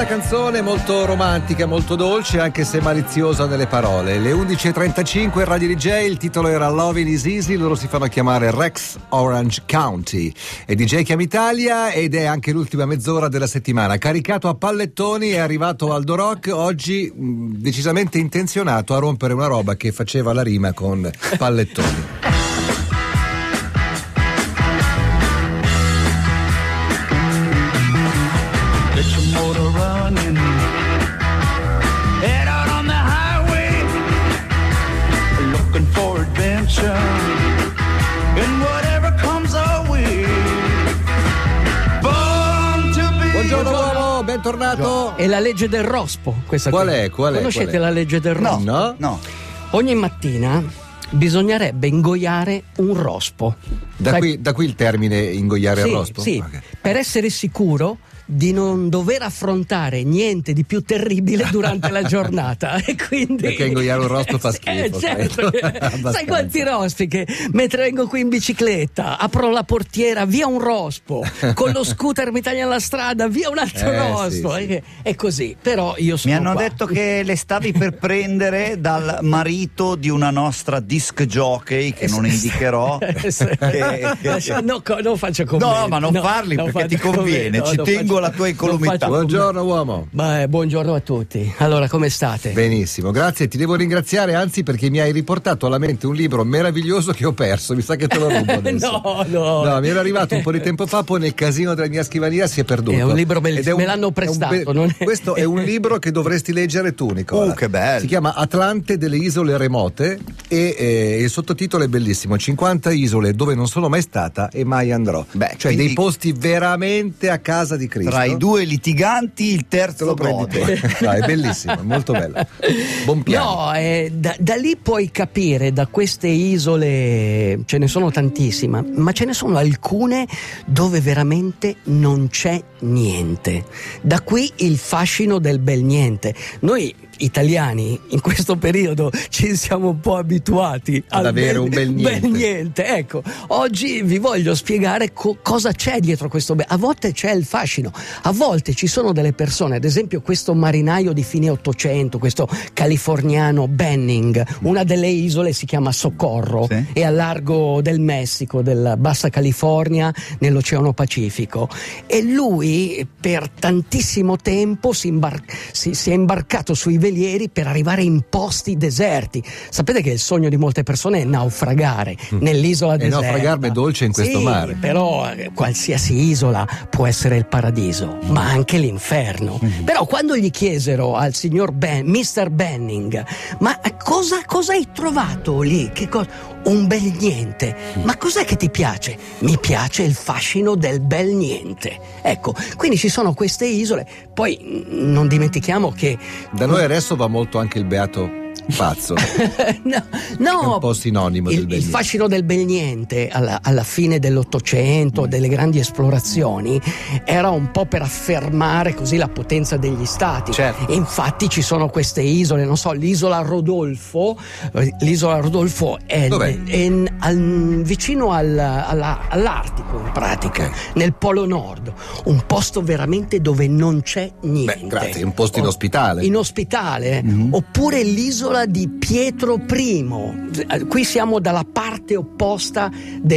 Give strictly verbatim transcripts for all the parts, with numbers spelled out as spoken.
canzone molto romantica, molto dolce, anche se maliziosa nelle parole. Le undici e trentacinque, Radio D J, il titolo era Lovin' is Easy, loro si fanno chiamare Rex Orange County. È D J Chiama Italia ed è anche l'ultima mezz'ora della settimana. Caricato a pallettoni, è arrivato Aldo Rock, oggi mh, decisamente intenzionato a rompere una roba che faceva la rima con pallettoni. Buongiorno uomo, bentornato. È la legge del rospo questa. Qual qui. è? Qual è? Conoscete qual è? la legge del rospo? No, no. Ogni mattina bisognerebbe ingoiare un rospo. Da, qui, da qui il termine ingoiare sì, il rospo? Sì, okay. Per essere sicuro di non dover affrontare niente di più terribile durante la giornata. E quindi... Perché ingoiare un rospo fa schifo. Eh, certo. Sai quanti rospi che mentre vengo qui in bicicletta apro la portiera, via un rospo, con lo scooter mi tagliano la strada, via un altro eh, rospo. sì, sì. È così, però io sono Mi hanno qua. detto che le stavi per prendere dal marito di una nostra disc jockey che non indicherò. Eh, sì. che, che... No, co- non faccio commenti. No, ma non no, parli non perché ti faccio conviene, commenti, ci no, tengo faccio, la tua incolumità. Buongiorno uomo. Beh, buongiorno a tutti. Allora, come state? Benissimo, grazie. Ti devo ringraziare, anzi, perché mi hai riportato alla mente un libro meraviglioso che ho perso. Mi sa che te lo rubo adesso. no, no. No, mi era arrivato un po' di tempo fa, poi nel casino della mia scrivania si è perduto. È un libro bellissimo, Ed è un- me l'hanno prestato. è un be- non è... Questo è un libro che dovresti leggere tu, Nicola. Oh, che bello. Si chiama Atlante delle isole remote e eh, il sottotitolo è bellissimo: cinquanta isole dove non sono mai stata e mai andrò. Beh, cioè quindi- dei posti veramente a casa di Cristo. Tra i due litiganti il Te terzo lo prendi gode. tu. No, è bellissimo, è molto bello. Buon piano. No, eh, da, da lì puoi capire, da queste isole ce ne sono tantissime, ma ce ne sono alcune dove veramente non c'è niente. Da qui il fascino del bel niente. Noi italiani in questo periodo ci siamo un po' abituati Ad al avere un bel niente. bel niente. Ecco, oggi vi voglio spiegare co- cosa c'è dietro questo bel. A volte c'è il fascino, a volte ci sono delle persone, ad esempio questo marinaio di fine Ottocento, questo californiano Benning, una delle isole si chiama Socorro, Sì. è a largo del Messico, della Bassa California, nell'Oceano Pacifico, e lui per tantissimo tempo si, imbar- si, si è imbarcato sui velieri per arrivare in posti deserti. Sapete che il sogno di molte persone è naufragare nell'isola E deserta. naufragarne è dolce in questo Sì, mare. però eh, qualsiasi isola può essere il paradiso, ma anche l'inferno. Però quando gli chiesero al signor Ben, mister Benning, ma cosa, cosa hai trovato lì? Che cosa? Un bel niente. Ma cos'è che ti piace? Mi piace il fascino del bel niente. Ecco, quindi ci sono queste isole. Poi mh, non dimentichiamo che Da noi adesso va molto anche il beato pazzo. no, no, È un po' sinonimo il, del bel il niente. fascino del bel niente alla, alla fine dell'Ottocento, delle grandi esplorazioni, era un po' per affermare così la potenza degli stati. Certo. E infatti ci sono queste isole, non so, l'isola Rodolfo, eh, l'isola Rodolfo è, Dov'è? è in- al- vicino al- alla- all'Artico in pratica, Ok. nel Polo Nord, un posto veramente dove non c'è niente. Beh, grazie, un posto inospitale. Inospitale, oppure l'isola di Pietro I. Qui siamo dalla parte opposta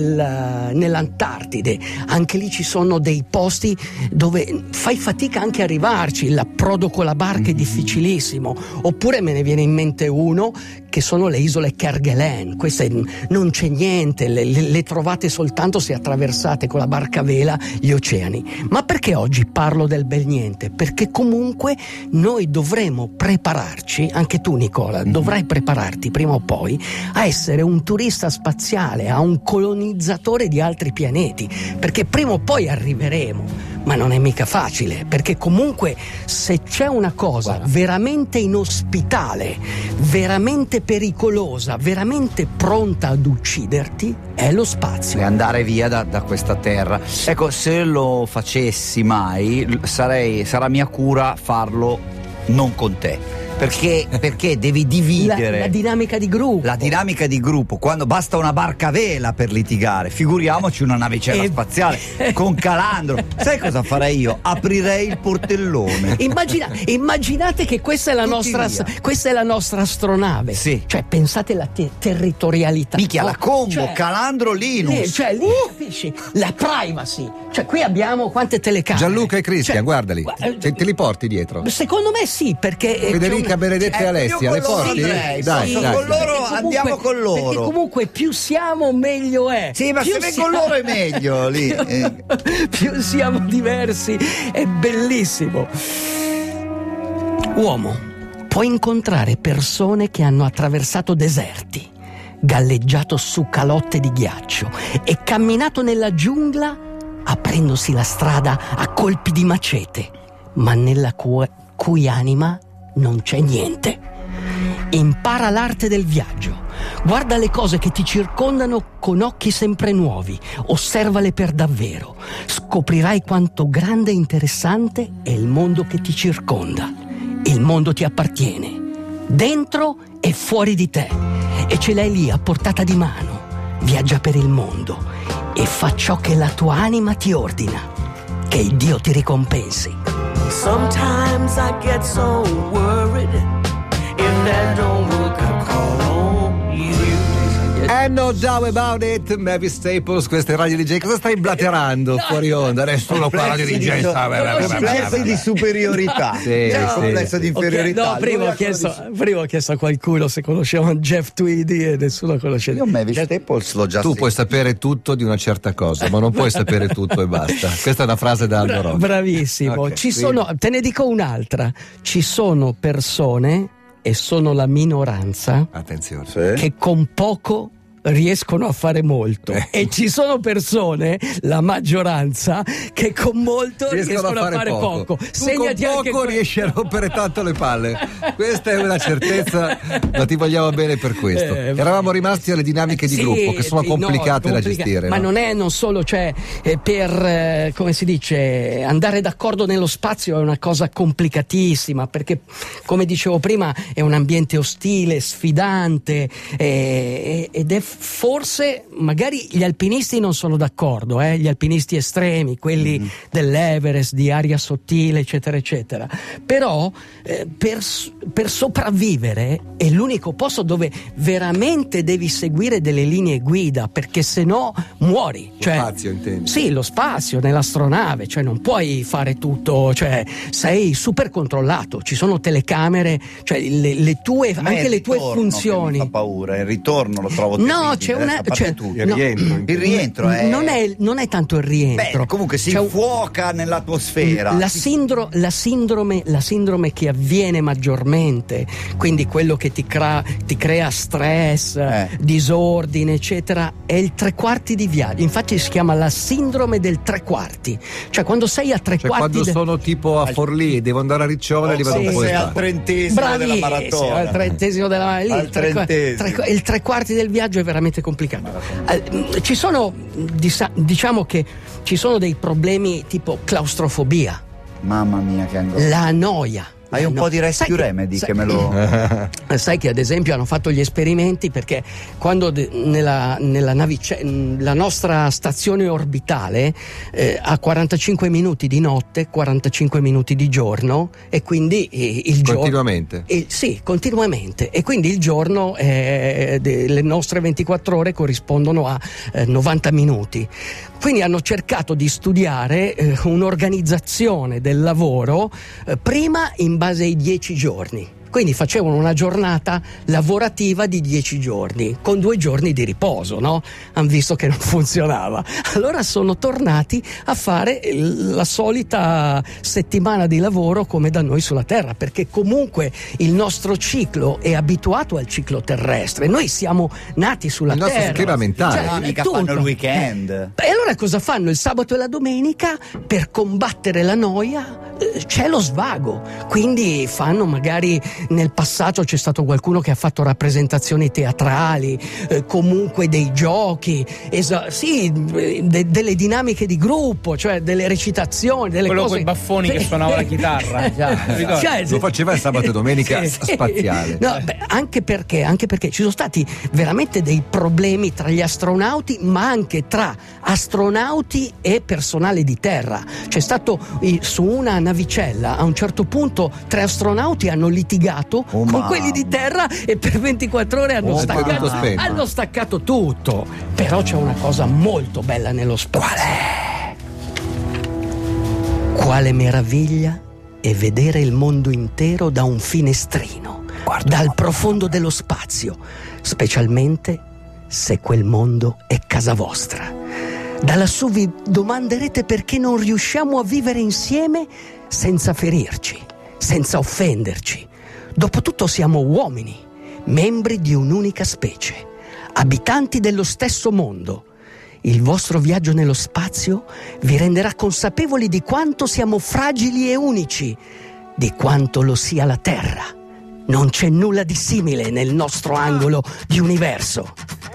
del, nell'Antartide. Anche lì ci sono dei posti dove fai fatica anche a arrivarci, l'approdo con la barca è difficilissimo. Oppure me ne viene in mente uno che sono le isole Kerguelen. Queste non c'è niente, le, le- le trovate soltanto se attraversate con la barca a vela gli oceani. Ma perché oggi parlo del bel niente? Perché comunque noi dovremo prepararci, anche tu Nicola, dovrai prepararti prima o poi a essere un turista spaziale, a un colonizzatore di altri pianeti, perché prima o poi arriveremo. Ma non è mica facile, perché comunque se c'è una cosa Guarda. veramente inospitale, veramente pericolosa, veramente pronta ad ucciderti, è lo spazio. E andare via da, da questa terra. Ecco, se lo facessi mai, l- sarei, sarà mia cura farlo non con te. Perché, perché devi dividere la, la dinamica di gruppo. La dinamica di gruppo, quando basta una barca a vela per litigare, figuriamoci una navicella E- spaziale con Calandro. Sai cosa farei io? Aprirei il portellone. Immagina- immaginate che questa è la Tutti nostra via. questa è la nostra astronave. Sì. Cioè, pensate alla te- territorialità. Minchia, la combo, Cioè, Calandro Linus. eh, cioè, lì capisci? La privacy. Cioè, qui abbiamo quante telecamere. Gianluca e Cristian, Cioè, guardali. gua- eh, Te, te li porti dietro? Secondo me sì, perché eh, Federica, c'è una- Benedetta e Eh, Alessia, io le con loro porti? andrei, Dai, posso dai. con loro, perché comunque- andiamo con loro. Perché comunque più siamo meglio è. Sì, ma Più se vengo siamo- loro è meglio lì. eh. Più siamo diversi, è bellissimo. Uomo, puoi incontrare persone che hanno attraversato deserti, galleggiato su calotte di ghiaccio e camminato nella giungla aprendosi la strada a colpi di macete, ma nella cu- cui anima non c'è niente. Impara l'arte del viaggio. Guarda le cose che ti circondano con occhi sempre nuovi. Osservale per davvero. Scoprirai quanto grande e interessante è il mondo che ti circonda. Il mondo ti appartiene, dentro e fuori di te. E ce l'hai lì a portata di mano. Viaggia per il mondo e fa ciò che la tua anima ti ordina. Che il Dio ti ricompensi. Sometimes I get so worried if that don't work, I call on you. And no doubt about it, Mavis Staples, questa è Radio D J. Cosa stai blaterando fuori onda? Nessuno qua Radio D J sta. Complessi di superiorità. Sì, Il sì. complesso di Ok, inferiorità. no, prima Lui ho, ha chiesto, quello prima ho chiesto a qualcuno se conoscevano Jeff Tweedy e nessuno conosceva. di- Io Mavis Staples l'ho già Tu puoi sentito. sapere tutto di una certa cosa, ma non puoi sapere tutto e basta. Questa è una frase da Aldo Bra- Rock. bravissimo. Ok, Ci quindi- sono, te ne dico un'altra. Ci sono persone, e sono la minoranza, Attenzione. che con poco riescono a fare molto, Eh. e ci sono persone, la maggioranza, che con molto riescono, a fare, poco. Tu Segnati con anche poco que- riesci a rompere tanto le palle. Questa è una certezza, ma ti vogliamo bene per questo. Eh, Eravamo rimasti alle dinamiche di Sì, gruppo che sono sì, no, complicate da complica- gestire. Ma no? non è non solo, cioè, eh, per eh, come si dice, andare d'accordo nello spazio è una cosa complicatissima, perché come dicevo prima è un ambiente ostile, sfidante, eh, ed è forse, magari gli alpinisti non sono d'accordo, eh, gli alpinisti estremi, quelli Mm-hmm. dell'Everest, di aria sottile, eccetera, eccetera. Però eh, per, per sopravvivere è l'unico posto dove veramente devi seguire delle linee guida, perché se no muori. Lo Cioè, spazio, intendi? Sì, lo spazio nell'astronave, cioè non puoi fare tutto, cioè sei super controllato, ci sono telecamere, cioè le, le tue, A me anche il le tue ritorno che funzioni. mi fa paura, il ritorno lo trovo No, terribile, c'è una- adesso, a parte c'è- tutto. Il rientro. Il rientro è... non, è, non è tanto il rientro. Beh, comunque si C'è un- infuoca nell'atmosfera. La, Si- sindro- la, sindrome, la sindrome che avviene maggiormente, quindi quello che ti, crea, ti crea stress, Eh. disordine, eccetera, è il tre quarti di viaggio. Infatti si chiama la sindrome del tre quarti. Cioè quando sei a tre Cioè, quarti quando de- sono tipo a Forlì, devo andare a Riccione, Oh, arriva sì, un po' sei di al tempo. trentesimo della Bravissimo, maratona. al trentesimo della lì, Al il, tre, qua- trentesimo. tre- il tre quarti del viaggio è veramente complicato. Eh, ci sono, disa- diciamo che ci sono dei problemi tipo claustrofobia, Mamma mia, che angoscia. la noia. Hai un No, po' di sai rescue che- remedy sai- che me lo... Sai che ad esempio hanno fatto gli esperimenti, perché quando de- nella, nella navice- la nostra stazione orbitale eh, ha quarantacinque minuti di notte, quarantacinque minuti di giorno, e quindi eh, il giorno... Continuamente. E- sì, continuamente. E quindi il giorno, eh, de- le nostre ventiquattro ore corrispondono a eh, novanta minuti. Quindi hanno cercato di studiare eh, un'organizzazione del lavoro eh, prima in base ai dieci giorni. Quindi facevano una giornata lavorativa di dieci giorni, con due giorni di riposo, no? Hanno visto che non funzionava. Allora sono tornati a fare il- la solita settimana di lavoro come da noi sulla Terra, perché comunque il nostro ciclo è abituato al ciclo terrestre. Noi siamo nati sulla Il nostro Terra. schema mentale. Ah, mica tutto. fanno il weekend. E allora cosa fanno il sabato e la domenica? Per combattere la noia c'è lo svago, quindi fanno magari, nel passato c'è stato qualcuno che ha fatto rappresentazioni teatrali, eh, comunque dei giochi, esa- sì, de- delle dinamiche di gruppo, cioè delle recitazioni, delle quello cose. con i baffoni che suonava la chitarra. Cioè, Lo faceva il sabato e domenica sì, spaziale. No, beh, anche perché, anche perché ci sono stati veramente dei problemi tra gli astronauti, ma anche tra astronauti e personale di terra. C'è stato eh, su una navicella, a un certo punto tre astronauti hanno litigato Oh, con mamma. quelli di terra e per ventiquattro ore hanno, Oh, staccato, tutto spento. hanno staccato tutto. Però c'è una cosa molto bella nello spazio. Qual è? Quale meraviglia è vedere il mondo intero da un finestrino, dal profondo dello spazio, specialmente se quel mondo è casa vostra. Da lassù vi domanderete perché non riusciamo a vivere insieme senza ferirci, senza offenderci. Dopotutto siamo uomini, membri di un'unica specie, abitanti dello stesso mondo. Il vostro viaggio nello spazio vi renderà consapevoli di quanto siamo fragili e unici, di quanto lo sia la Terra. Non c'è nulla di simile nel nostro angolo di universo.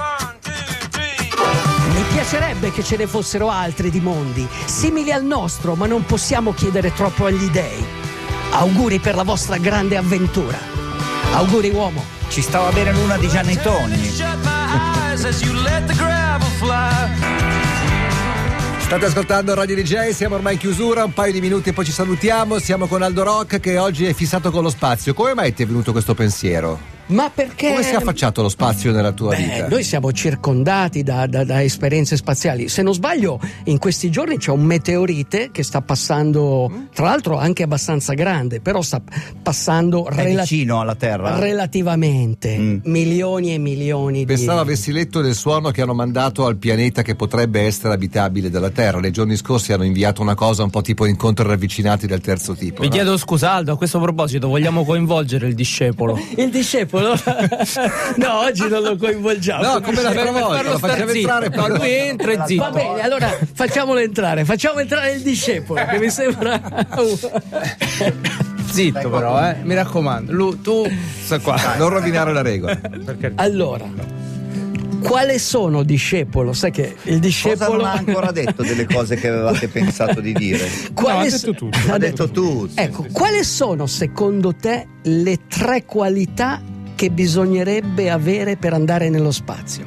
Mi piacerebbe che ce ne fossero altri di mondi, simili al nostro, ma non possiamo chiedere troppo agli dei. Auguri per la vostra grande avventura. Auguri, uomo. Ci stava bene l'una di Gianni Togni. State ascoltando Radio D J, siamo ormai in chiusura, un paio di minuti e poi ci salutiamo. Siamo con Aldo Rock che oggi è fissato con lo spazio. Come mai ti è venuto questo pensiero? Ma perché? Come si è affacciato lo spazio nella tua Beh, vita? noi siamo circondati da, da, da esperienze spaziali. Se non sbaglio, in questi giorni c'è un meteorite che sta passando, tra l'altro anche abbastanza grande, però sta passando È rela- vicino alla Terra? relativamente Mm. milioni e milioni Pensavo di... avessi letto del suono che hanno mandato al pianeta che potrebbe essere abitabile della Terra. Nei giorni scorsi hanno inviato una cosa un po' tipo incontri ravvicinati del terzo tipo. Vi no? chiedo scusa Aldo, a questo proposito vogliamo coinvolgere il discepolo? Il discepolo? No, oggi non lo coinvolgiamo. No, come l'altra Per volta, farlo lo star facciamo zitto. entrare No, poi. lui entra e zitto. Va bene, allora facciamolo entrare, facciamo entrare il discepolo, che mi sembra... Zitto però, eh, mi raccomando. Lu, tu sta qua. Non rovinare la regola. Perché? Allora, quale sono discepolo? Sai che il discepolo... Cosa non ha ancora detto delle cose che avevate pensato di dire? Quali No, ha so- detto tutto. Ha detto tu. Ecco, quali sono secondo te le tre qualità che bisognerebbe avere per andare nello spazio?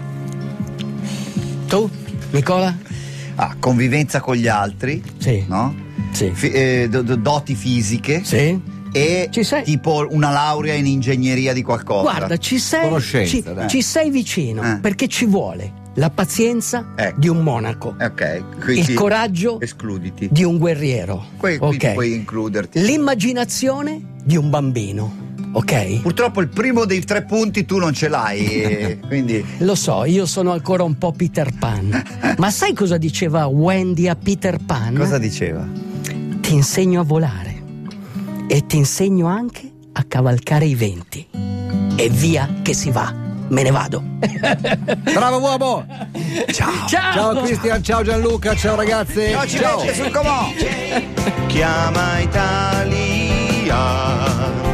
Tu, Nicola? Ah, convivenza con gli altri, Sì. no? Sì. Fi- eh, do- do- doti fisiche Sì? e Ci sei? tipo una laurea in ingegneria di qualcosa. Guarda, ci sei, Conoscenza, ci, dai. ci sei vicino, Eh. perché ci vuole la pazienza Ecco. di un monaco, Ok, quindi il coraggio escluditi. di un guerriero, Qui, qui ok? puoi includerti. L'immaginazione di un bambino, ok? Purtroppo il primo dei tre punti tu non ce l'hai, e quindi Lo so, io sono ancora un po' Peter Pan. Ma sai cosa diceva Wendy a Peter Pan? cosa diceva? Ti insegno a volare e ti insegno anche a cavalcare i venti. E via che si va. Me ne vado. Bravo uomo! Ciao. Ciao Cristian, ciao Gianluca, ciao ragazze! No, ci mette sul comò! Chiama Italia.